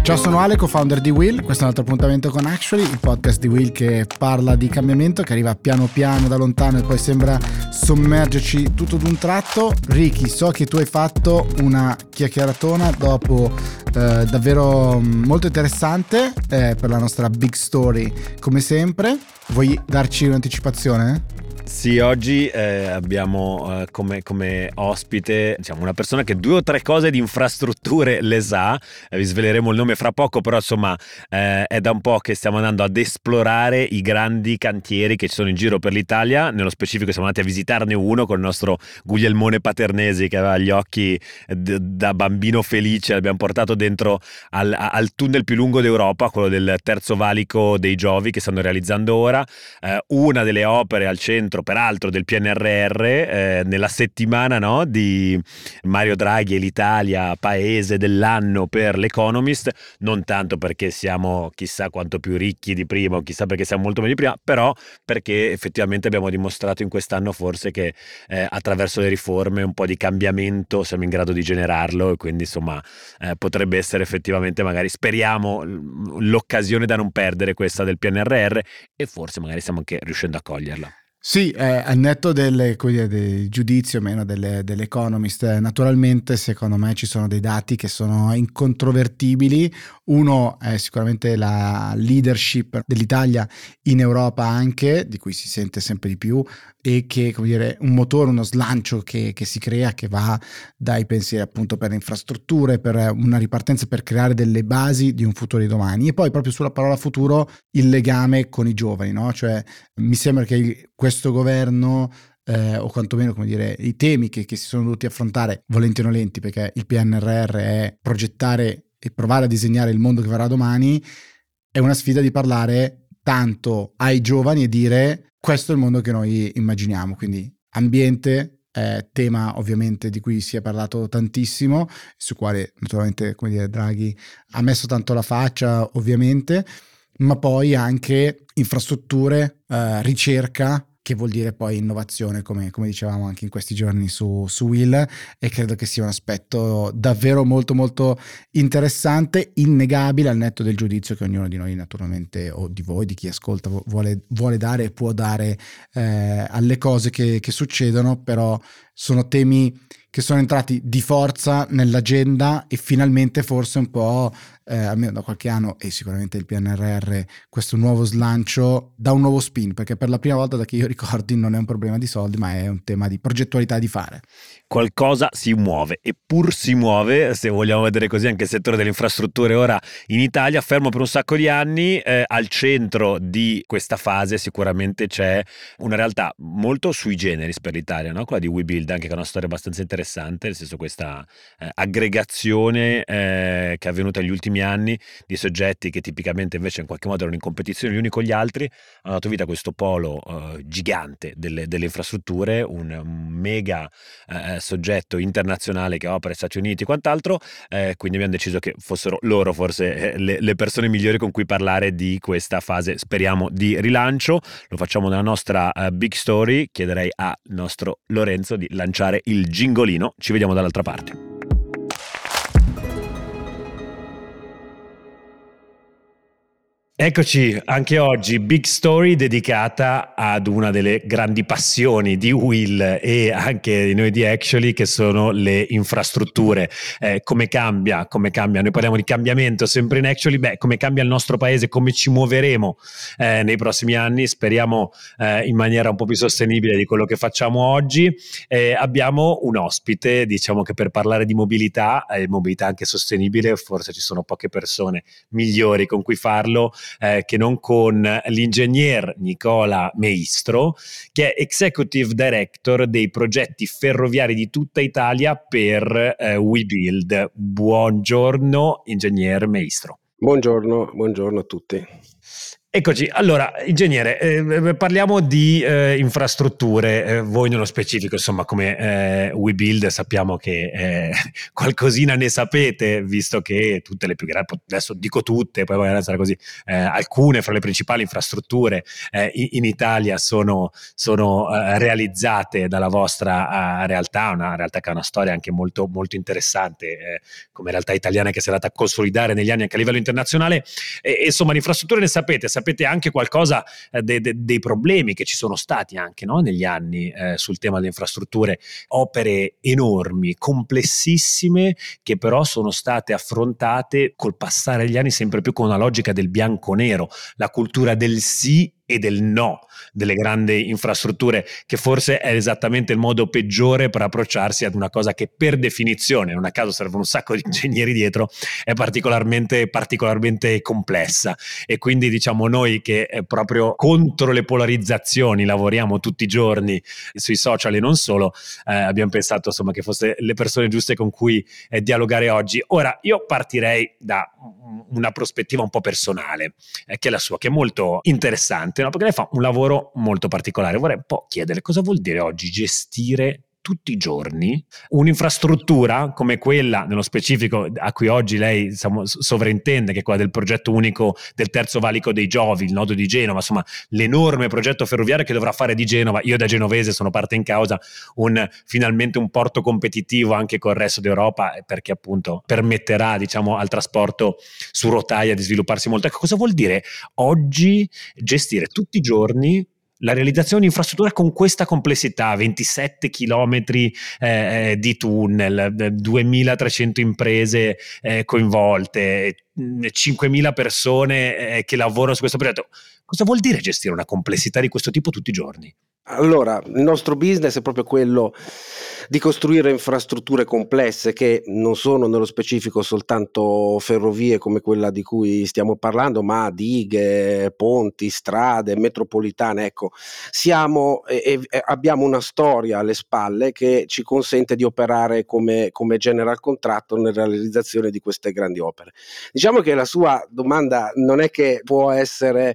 Ciao, sono Ale, co-founder di Will. Questo è un altro appuntamento con Actually, il podcast di Will che parla di cambiamento, che arriva piano piano da lontano e poi sembra sommergerci tutto d'un tratto. Ricky, so che tu hai fatto una chiacchieratona dopo davvero molto interessante per la nostra big story, come sempre. Vuoi darci un'anticipazione? Sì, oggi abbiamo come ospite, diciamo, una persona che 2 o 3 cose di infrastrutture le sa. Vi sveleremo il nome fra poco, però insomma è da un po' che stiamo andando ad esplorare i grandi cantieri che ci sono in giro per l'Italia. Nello specifico siamo andati a visitarne uno con il nostro Guglielmone Paternesi, che aveva gli occhi da bambino felice. L'abbiamo portato dentro al tunnel più lungo d'Europa, quello del Terzo Valico dei Giovi, che stanno realizzando ora, una delle opere al centro peraltro del PNRR, nella settimana, no, di Mario Draghi e l'Italia paese dell'anno per l'Economist, non tanto perché siamo chissà quanto più ricchi di prima o chissà perché siamo molto meglio di prima, però perché effettivamente abbiamo dimostrato in quest'anno forse che attraverso le riforme un po' di cambiamento siamo in grado di generarlo, e quindi insomma potrebbe essere effettivamente, magari speriamo, l'occasione da non perdere, questa del PNRR, e forse magari stiamo anche riuscendo a coglierla. Sì, al netto del giudizio o meno dell'Economist, naturalmente secondo me ci sono dei dati che sono incontrovertibili. Uno è sicuramente la leadership dell'Italia in Europa, anche di cui si sente sempre di più, e che, come dire, un motore, uno slancio che si crea, che va dai pensieri appunto per le infrastrutture, per una ripartenza, per creare delle basi di un futuro di domani. E poi proprio sulla parola futuro il legame con i giovani, no? Cioè mi sembra che questo governo o quantomeno, come dire, i temi che si sono dovuti affrontare, volenti o nolenti, perché il PNRR è progettare e provare a disegnare il mondo che verrà domani, è una sfida di parlare tanto ai giovani e dire questo è il mondo che noi immaginiamo. Quindi ambiente è tema ovviamente di cui si è parlato tantissimo, su quale naturalmente, come dire, Draghi ha messo tanto la faccia ovviamente, ma poi anche infrastrutture, ricerca, che vuol dire poi innovazione, come dicevamo anche in questi giorni su Will, e credo che sia un aspetto davvero molto molto interessante, innegabile, al netto del giudizio che ognuno di noi naturalmente, o di voi, di chi ascolta, vuole dare e può dare alle cose che succedono. Però sono temi che sono entrati di forza nell'agenda e finalmente forse un po', almeno da qualche anno, e sicuramente il PNRR, questo nuovo slancio dà un nuovo spin, perché per la prima volta da che io ricordi non è un problema di soldi, ma è un tema di progettualità di fare. Qualcosa si muove, eppur si muove, se vogliamo vedere così, anche il settore delle infrastrutture ora in Italia, fermo per un sacco di anni. Al centro di questa fase sicuramente c'è una realtà molto sui generis per l'Italia, no? Quella di WeBuild, anche che è una storia abbastanza interessante, nel senso, questa aggregazione che è avvenuta negli ultimi anni di soggetti che tipicamente invece in qualche modo erano in competizione gli uni con gli altri, hanno dato vita a questo polo gigante delle infrastrutture, un mega soggetto internazionale che opera negli Stati Uniti e quant'altro, quindi abbiamo deciso che fossero loro forse le persone migliori con cui parlare di questa fase, speriamo, di rilancio. Lo facciamo nella nostra big story. Chiederei al nostro Lorenzo di lanciare il gingolino. Ci vediamo dall'altra parte. Eccoci, anche oggi big story dedicata ad una delle grandi passioni di Will e anche di noi di Actually, che sono le infrastrutture. Come cambia? Noi parliamo di cambiamento sempre in Actually. Come cambia il nostro paese, come ci muoveremo nei prossimi anni, speriamo in maniera un po' più sostenibile di quello che facciamo oggi. Abbiamo un ospite, diciamo che per parlare di mobilità e mobilità anche sostenibile forse ci sono poche persone migliori con cui farlo che non con l'ingegner Nicola Meistro, che è Executive Director dei progetti ferroviari di tutta Italia per WeBuild. Buongiorno, ingegner Meistro. Buongiorno a tutti. Eccoci, allora ingegnere, parliamo di infrastrutture, voi nello specifico insomma come WeBuild sappiamo che qualcosina ne sapete, visto che tutte le più grandi, adesso dico tutte, poi magari sarà così, alcune fra le principali infrastrutture in Italia sono realizzate dalla vostra realtà, una realtà che ha una storia anche molto, molto interessante come realtà italiana che si è andata a consolidare negli anni anche a livello internazionale. Insomma, le infrastrutture ne sapete anche qualcosa dei problemi che ci sono stati anche, no? Negli anni sul tema delle infrastrutture, opere enormi, complessissime, che però sono state affrontate col passare degli anni sempre più con una logica del bianco-nero, la cultura del sì e del no delle grandi infrastrutture, che forse è esattamente il modo peggiore per approcciarsi ad una cosa che per definizione, non a caso serve un sacco di ingegneri dietro, è particolarmente complessa. E quindi diciamo noi che proprio contro le polarizzazioni lavoriamo tutti i giorni sui social e non solo, abbiamo pensato insomma che fosse le persone giuste con cui dialogare oggi. Ora io partirei da una prospettiva un po' personale, che è la sua, che è molto interessante, no? Perché lei fa un lavoro molto particolare. Vorrei un po' chiedere cosa vuol dire oggi gestire tutti i giorni un'infrastruttura come quella, nello specifico, a cui oggi lei sovrintende, che è quella del progetto unico del Terzo Valico dei Giovi, il nodo di Genova, insomma l'enorme progetto ferroviario che dovrà fare di Genova, io da genovese sono parte in causa, finalmente un porto competitivo anche col resto d'Europa, perché appunto permetterà, diciamo, al trasporto su rotaia di svilupparsi molto. Ecco, cosa vuol dire oggi gestire tutti i giorni la realizzazione di infrastrutture con questa complessità, 27 chilometri di tunnel, 2300 imprese coinvolte, 5.000 persone che lavorano su questo progetto. Cosa vuol dire gestire una complessità di questo tipo tutti i giorni? Allora, il nostro business è proprio quello di costruire infrastrutture complesse che non sono nello specifico soltanto ferrovie come quella di cui stiamo parlando, ma dighe, ponti, strade, metropolitane. Ecco, siamo e abbiamo una storia alle spalle che ci consente di operare come general contractor nella realizzazione di queste grandi opere. Diciamo che la sua domanda non è che può essere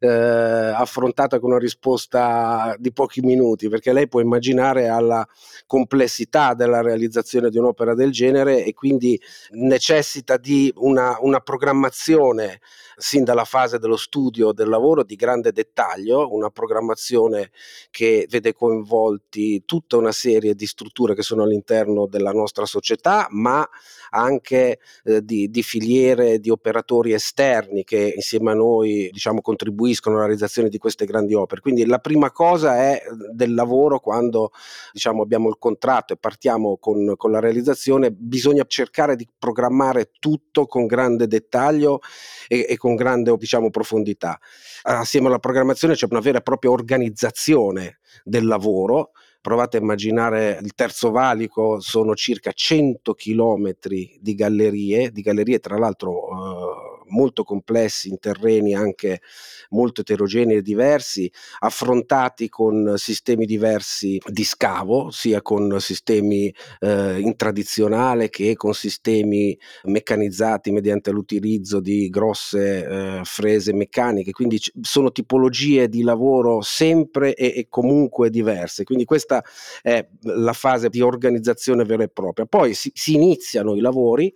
affrontata con una risposta di pochi minuti, perché lei può immaginare alla complessità della realizzazione di un'opera del genere e quindi necessita di una programmazione sin dalla fase dello studio del lavoro di grande dettaglio, una programmazione che vede coinvolti tutta una serie di strutture che sono all'interno della nostra società, ma anche di filiere di operatori esterni che insieme a noi, diciamo, contribuiscono alla realizzazione di queste grandi opere. Quindi la prima cosa è del lavoro, quando diciamo abbiamo il contratto e partiamo con la realizzazione, bisogna cercare di programmare tutto con grande dettaglio e con grande, diciamo, profondità. Assieme alla programmazione c'è una vera e propria organizzazione del lavoro. Provate a immaginare il Terzo Valico, sono circa 100 chilometri di gallerie tra l'altro molto complessi, in terreni anche molto eterogenei e diversi, affrontati con sistemi diversi di scavo, sia con sistemi in tradizionale che con sistemi meccanizzati mediante l'utilizzo di grosse frese meccaniche, quindi sono tipologie di lavoro sempre e comunque diverse, quindi questa è la fase di organizzazione vera e propria. Poi si iniziano i lavori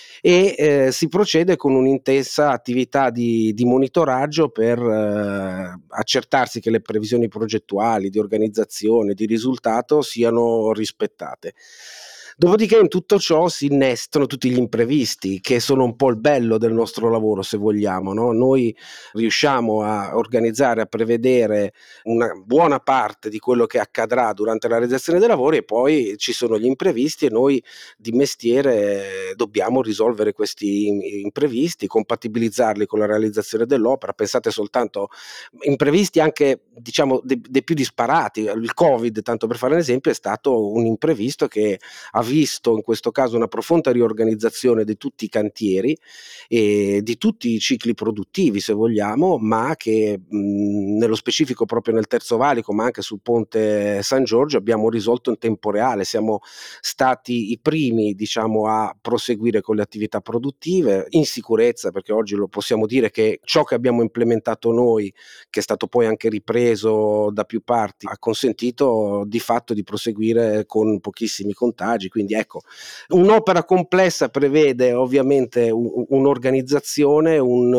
e si procede con un'intensa attività di monitoraggio per accertarsi che le previsioni progettuali, di organizzazione, di risultato siano rispettate. Dopodiché in tutto ciò si innestano tutti gli imprevisti, che sono un po' il bello del nostro lavoro, se vogliamo, no? Noi riusciamo a organizzare, a prevedere una buona parte di quello che accadrà durante la realizzazione dei lavori e poi ci sono gli imprevisti e noi di mestiere dobbiamo risolvere questi imprevisti, compatibilizzarli con la realizzazione dell'opera. Pensate soltanto imprevisti anche, diciamo, dei più disparati. Il Covid, tanto per fare un esempio, è stato un imprevisto che ha visto in questo caso una profonda riorganizzazione di tutti i cantieri e di tutti i cicli produttivi, se vogliamo, ma che nello specifico proprio nel Terzo Valico, ma anche sul ponte San Giorgio, abbiamo risolto in tempo reale. Siamo stati i primi, diciamo, a proseguire con le attività produttive in sicurezza, perché oggi lo possiamo dire che ciò che abbiamo implementato noi, che è stato poi anche ripreso da più parti, ha consentito di fatto di proseguire con pochissimi contagi. Quindi ecco, un'opera complessa prevede ovviamente un'organizzazione,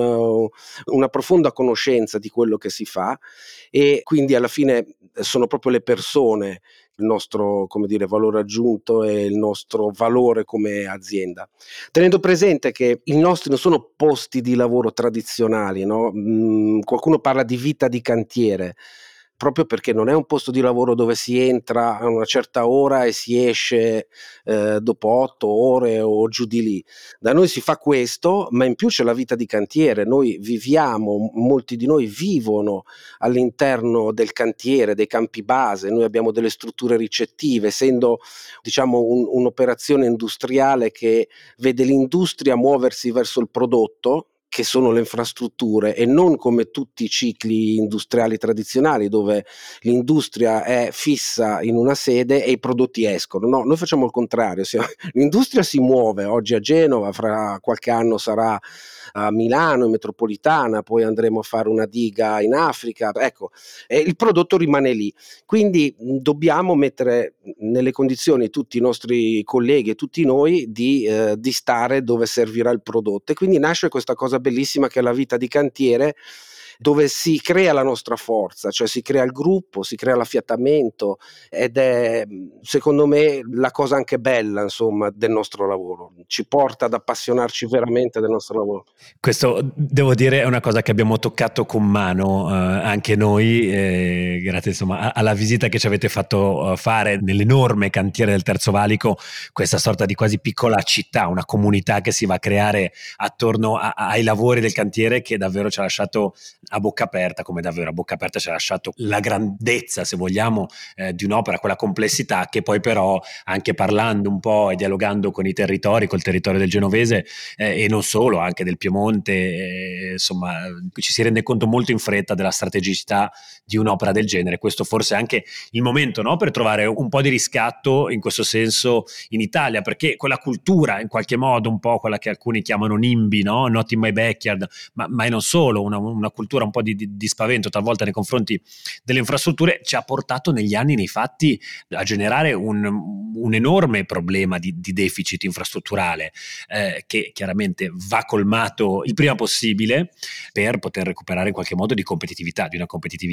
una profonda conoscenza di quello che si fa, e quindi alla fine sono proprio le persone il nostro, come dire, valore aggiunto e il nostro valore come azienda. Tenendo presente che i nostri non sono posti di lavoro tradizionali, no? Qualcuno parla di vita di cantiere, proprio perché non è un posto di lavoro dove si entra a una certa ora e si esce dopo 8 ore o giù di lì. Da noi si fa questo, ma in più c'è la vita di cantiere. Noi viviamo, molti di noi vivono all'interno del cantiere, dei campi base. Noi abbiamo delle strutture ricettive, essendo, diciamo, un'operazione industriale che vede l'industria muoversi verso il prodotto, che sono le infrastrutture, e non come tutti i cicli industriali tradizionali dove l'industria è fissa in una sede e i prodotti escono. No, noi facciamo il contrario. L'industria si muove oggi a Genova, fra qualche anno sarà a Milano, in metropolitana, poi andremo a fare una diga in Africa, ecco, e il prodotto rimane lì. Quindi dobbiamo mettere nelle condizioni tutti i nostri colleghi e tutti noi di stare dove servirà il prodotto, e quindi nasce questa cosa bellissima che è la vita di cantiere, dove si crea la nostra forza, cioè si crea il gruppo, si crea l'affiatamento, ed è secondo me la cosa anche bella, insomma, del nostro lavoro, ci porta ad appassionarci veramente del nostro lavoro. Questo, devo dire, è una cosa che abbiamo toccato con mano anche noi, grazie insomma alla visita che ci avete fatto fare nell'enorme cantiere del Terzo Valico, questa sorta di quasi piccola città, una comunità che si va a creare attorno ai lavori del cantiere, che davvero ci ha lasciato a bocca aperta, come davvero a bocca aperta ci ha lasciato la grandezza, se vogliamo, di un'opera, quella complessità che poi però, anche parlando un po' e dialogando con i territori, col territorio del genovese e non solo, anche del Piemonte, insomma, ci si rende conto molto in fretta della strategicità di un'opera del genere. Questo forse è anche il momento, no, per trovare un po' di riscatto in questo senso in Italia, perché quella cultura, in qualche modo, un po' quella che alcuni chiamano NIMBY, no? Not in my backyard, ma non solo, una cultura un po' di spavento talvolta nei confronti delle infrastrutture, ci ha portato negli anni, nei fatti, a generare un enorme problema di deficit infrastrutturale, che chiaramente va colmato il prima possibile per poter recuperare in qualche modo di competitività, di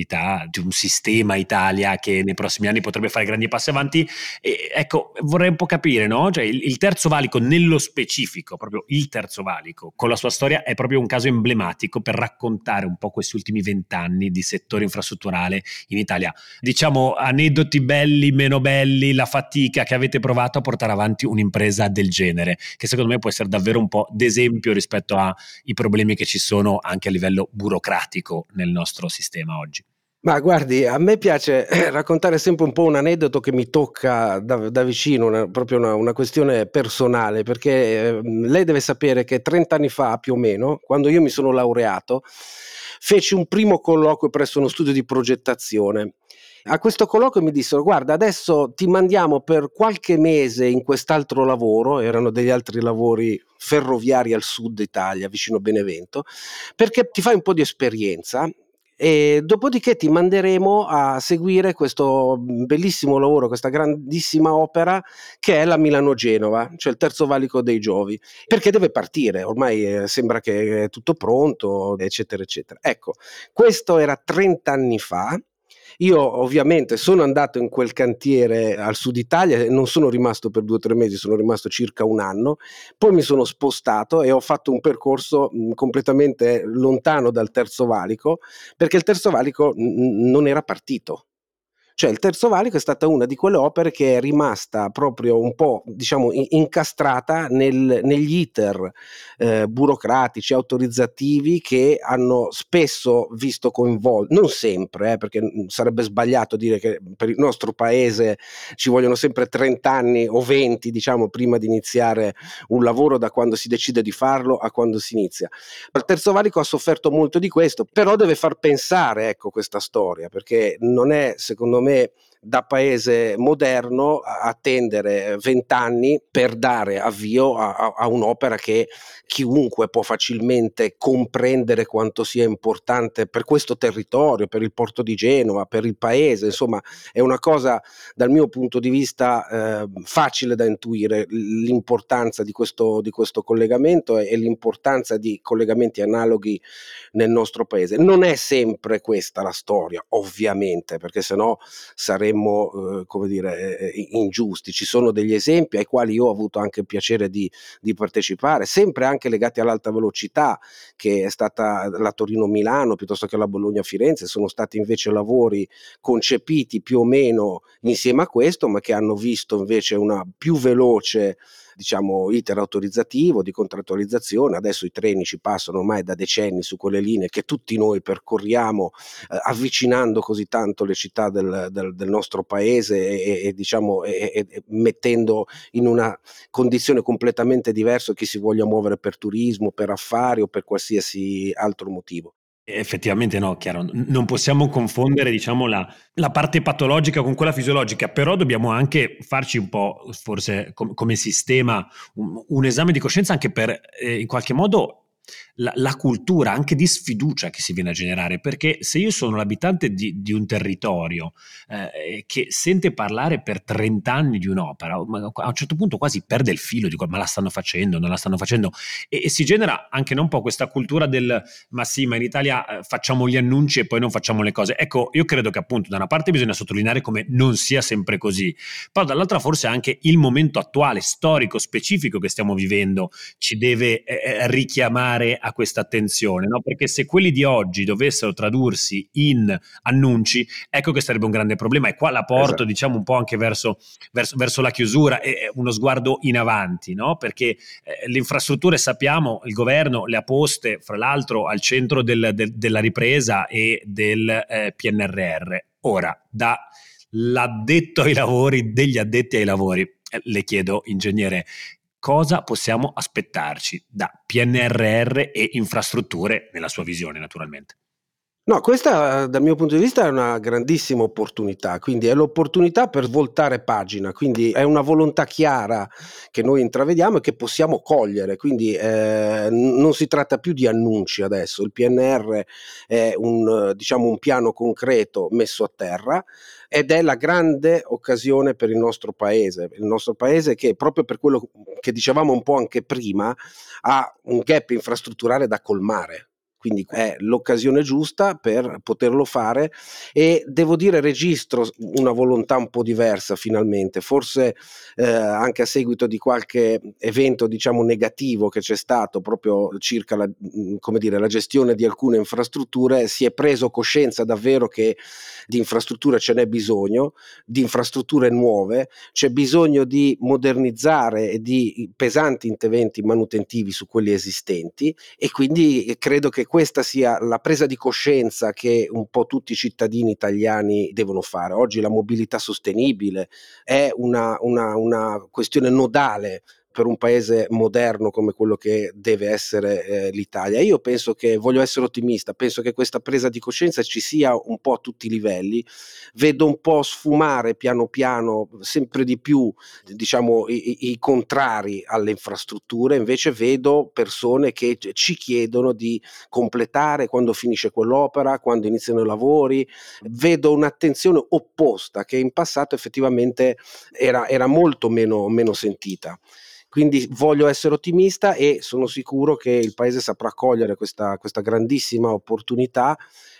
un sistema Italia che nei prossimi anni potrebbe fare grandi passi avanti. E ecco, vorrei un po' capire, no? Cioè il Terzo Valico nello specifico, proprio il Terzo Valico con la sua storia, è proprio un caso emblematico per raccontare un po' questi ultimi 20 anni di settore infrastrutturale in Italia. Diciamo, aneddoti belli, meno belli, la fatica che avete provato a portare avanti un'impresa del genere, che secondo me può essere davvero un po' d'esempio rispetto ai problemi che ci sono anche a livello burocratico nel nostro sistema oggi. Ma guardi, a me piace raccontare sempre un po' un aneddoto che mi tocca da vicino, proprio una questione personale, perché lei deve sapere che 30 anni fa, più o meno, quando io mi sono laureato, feci un primo colloquio presso uno studio di progettazione. A questo colloquio mi dissero: guarda, adesso ti mandiamo per qualche mese in quest'altro lavoro, erano degli altri lavori ferroviari al sud Italia, vicino Benevento, perché ti fai un po' di esperienza e dopodiché ti manderemo a seguire questo bellissimo lavoro, questa grandissima opera che è la Milano-Genova, cioè il Terzo Valico dei Giovi, perché deve partire, ormai sembra che è tutto pronto, eccetera, eccetera. Ecco, questo era 30 anni fa. Io ovviamente sono andato in quel cantiere al sud Italia e non sono rimasto per 2 o 3 mesi, sono rimasto circa un anno, poi mi sono spostato e ho fatto un percorso completamente lontano dal Terzo Valico, perché il Terzo Valico non era partito. Cioè il Terzo Valico è stata una di quelle opere che è rimasta proprio un po', diciamo, incastrata negli iter burocratici, autorizzativi, che hanno spesso visto coinvolti, non sempre, perché sarebbe sbagliato dire che per il nostro paese ci vogliono sempre 30 anni o 20, diciamo, prima di iniziare un lavoro, da quando si decide di farlo a quando si inizia. Il Terzo Valico ha sofferto molto di questo, però deve far pensare, ecco, questa storia, perché non è, secondo me, da paese moderno attendere 20 anni per dare avvio a un'opera che chiunque può facilmente comprendere quanto sia importante per questo territorio, per il porto di Genova, per il paese. Insomma, è una cosa, dal mio punto di vista, facile da intuire l'importanza di questo collegamento e l'importanza di collegamenti analoghi nel nostro paese. Non è sempre questa la storia, ovviamente, perché sennò saremmo ingiusti. Ci sono degli esempi ai quali io ho avuto anche il piacere di partecipare, sempre anche legati all'alta velocità, che è stata la Torino-Milano piuttosto che la Bologna-Firenze. Sono stati invece lavori concepiti più o meno insieme a questo, ma che hanno visto invece una più veloce, diciamo, iter autorizzativo, di contrattualizzazione. Adesso i treni ci passano ormai da decenni su quelle linee che tutti noi percorriamo, avvicinando così tanto le città del nostro paese e diciamo mettendo in una condizione completamente diversa chi si voglia muovere per turismo, per affari o per qualsiasi altro motivo. Effettivamente no, chiaro, non possiamo confondere, diciamo, la parte patologica con quella fisiologica, però dobbiamo anche farci un po', forse come sistema, un esame di coscienza, anche per in qualche modo la cultura anche di sfiducia che si viene a generare, perché se io sono l'abitante di un territorio che sente parlare per 30 anni di un'opera, a un certo punto quasi perde il filo, dico ma la stanno facendo, non la stanno facendo, e si genera anche un po' questa cultura del ma sì, ma in Italia facciamo gli annunci e poi non facciamo le cose. Ecco, io credo che appunto da una parte bisogna sottolineare come non sia sempre così, poi dall'altra forse anche il momento attuale, storico, specifico che stiamo vivendo ci deve richiamare a questa attenzione, no? Perché se quelli di oggi dovessero tradursi in annunci, ecco che sarebbe un grande problema, e qua la porto, esatto, diciamo un po' anche verso la chiusura e uno sguardo in avanti, no? Perché le infrastrutture, sappiamo, il governo le ha poste fra l'altro al centro della ripresa e del PNRR. Ora, dall'addetto ai lavori, degli addetti ai lavori, le chiedo, ingegnere, cosa possiamo aspettarci da PNRR e infrastrutture nella sua visione, naturalmente? No, questa dal mio punto di vista è una grandissima opportunità, quindi è l'opportunità per voltare pagina, quindi è una volontà chiara che noi intravediamo e che possiamo cogliere, quindi non si tratta più di annunci adesso, il PNR è diciamo un piano concreto messo a terra, ed è la grande occasione per il nostro paese che, proprio per quello che dicevamo un po' anche prima, ha un gap infrastrutturale da colmare. Quindi è l'occasione giusta per poterlo fare, e devo dire registro una volontà un po' diversa finalmente, forse anche a seguito di qualche evento, diciamo, negativo che c'è stato proprio circa la gestione di alcune infrastrutture. Si è preso coscienza davvero che di infrastrutture ce n'è bisogno, di infrastrutture nuove, c'è bisogno di modernizzare e di pesanti interventi manutentivi su quelli esistenti, e quindi credo che questa sia la presa di coscienza che un po' tutti i cittadini italiani devono fare. Oggi la mobilità sostenibile è una questione nodale per un paese moderno come quello che deve essere l'Italia. Io voglio essere ottimista, penso che questa presa di coscienza ci sia un po' a tutti i livelli. Vedo un po' sfumare piano piano sempre di più, diciamo, i contrari alle infrastrutture, invece vedo persone che ci chiedono di completare quando finisce quell'opera, quando iniziano i lavori. Vedo un'attenzione opposta che in passato effettivamente era molto meno sentita. Quindi voglio essere ottimista e sono sicuro che il paese saprà cogliere questa grandissima opportunità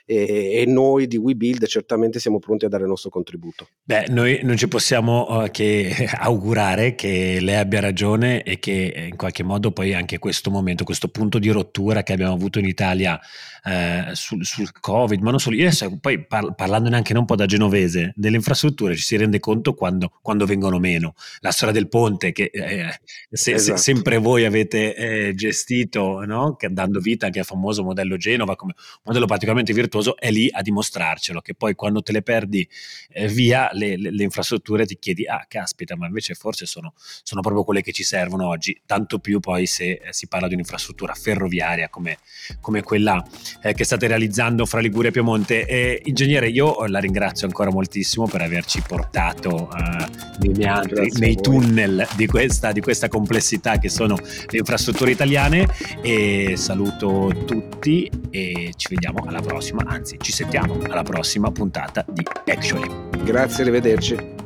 e noi di WeBuild certamente siamo pronti a dare il nostro contributo. Beh, noi non ci possiamo che augurare che lei abbia ragione e che in qualche modo poi anche questo momento, questo punto di rottura che abbiamo avuto in Italia sul Covid, ma non solo, io adesso poi parlandone anche un po' da genovese, delle infrastrutture ci si rende conto quando vengono meno. La storia del ponte che Esatto. sempre voi avete gestito, no? Che dando vita anche al famoso modello Genova come modello particolarmente virtuoso, è lì a dimostrarcelo, che poi quando te le perdi via le infrastrutture ti chiedi, caspita, ma invece forse sono proprio quelle che ci servono oggi, tanto più poi se si parla di un'infrastruttura ferroviaria come quella che state realizzando fra Liguria e Piemonte. Ingegnere, io la ringrazio ancora moltissimo per averci portato nei meandri, nei tunnel di questa complessità che sono le infrastrutture italiane, e saluto tutti e ci vediamo alla prossima, anzi ci sentiamo alla prossima puntata di Actually. Grazie, arrivederci.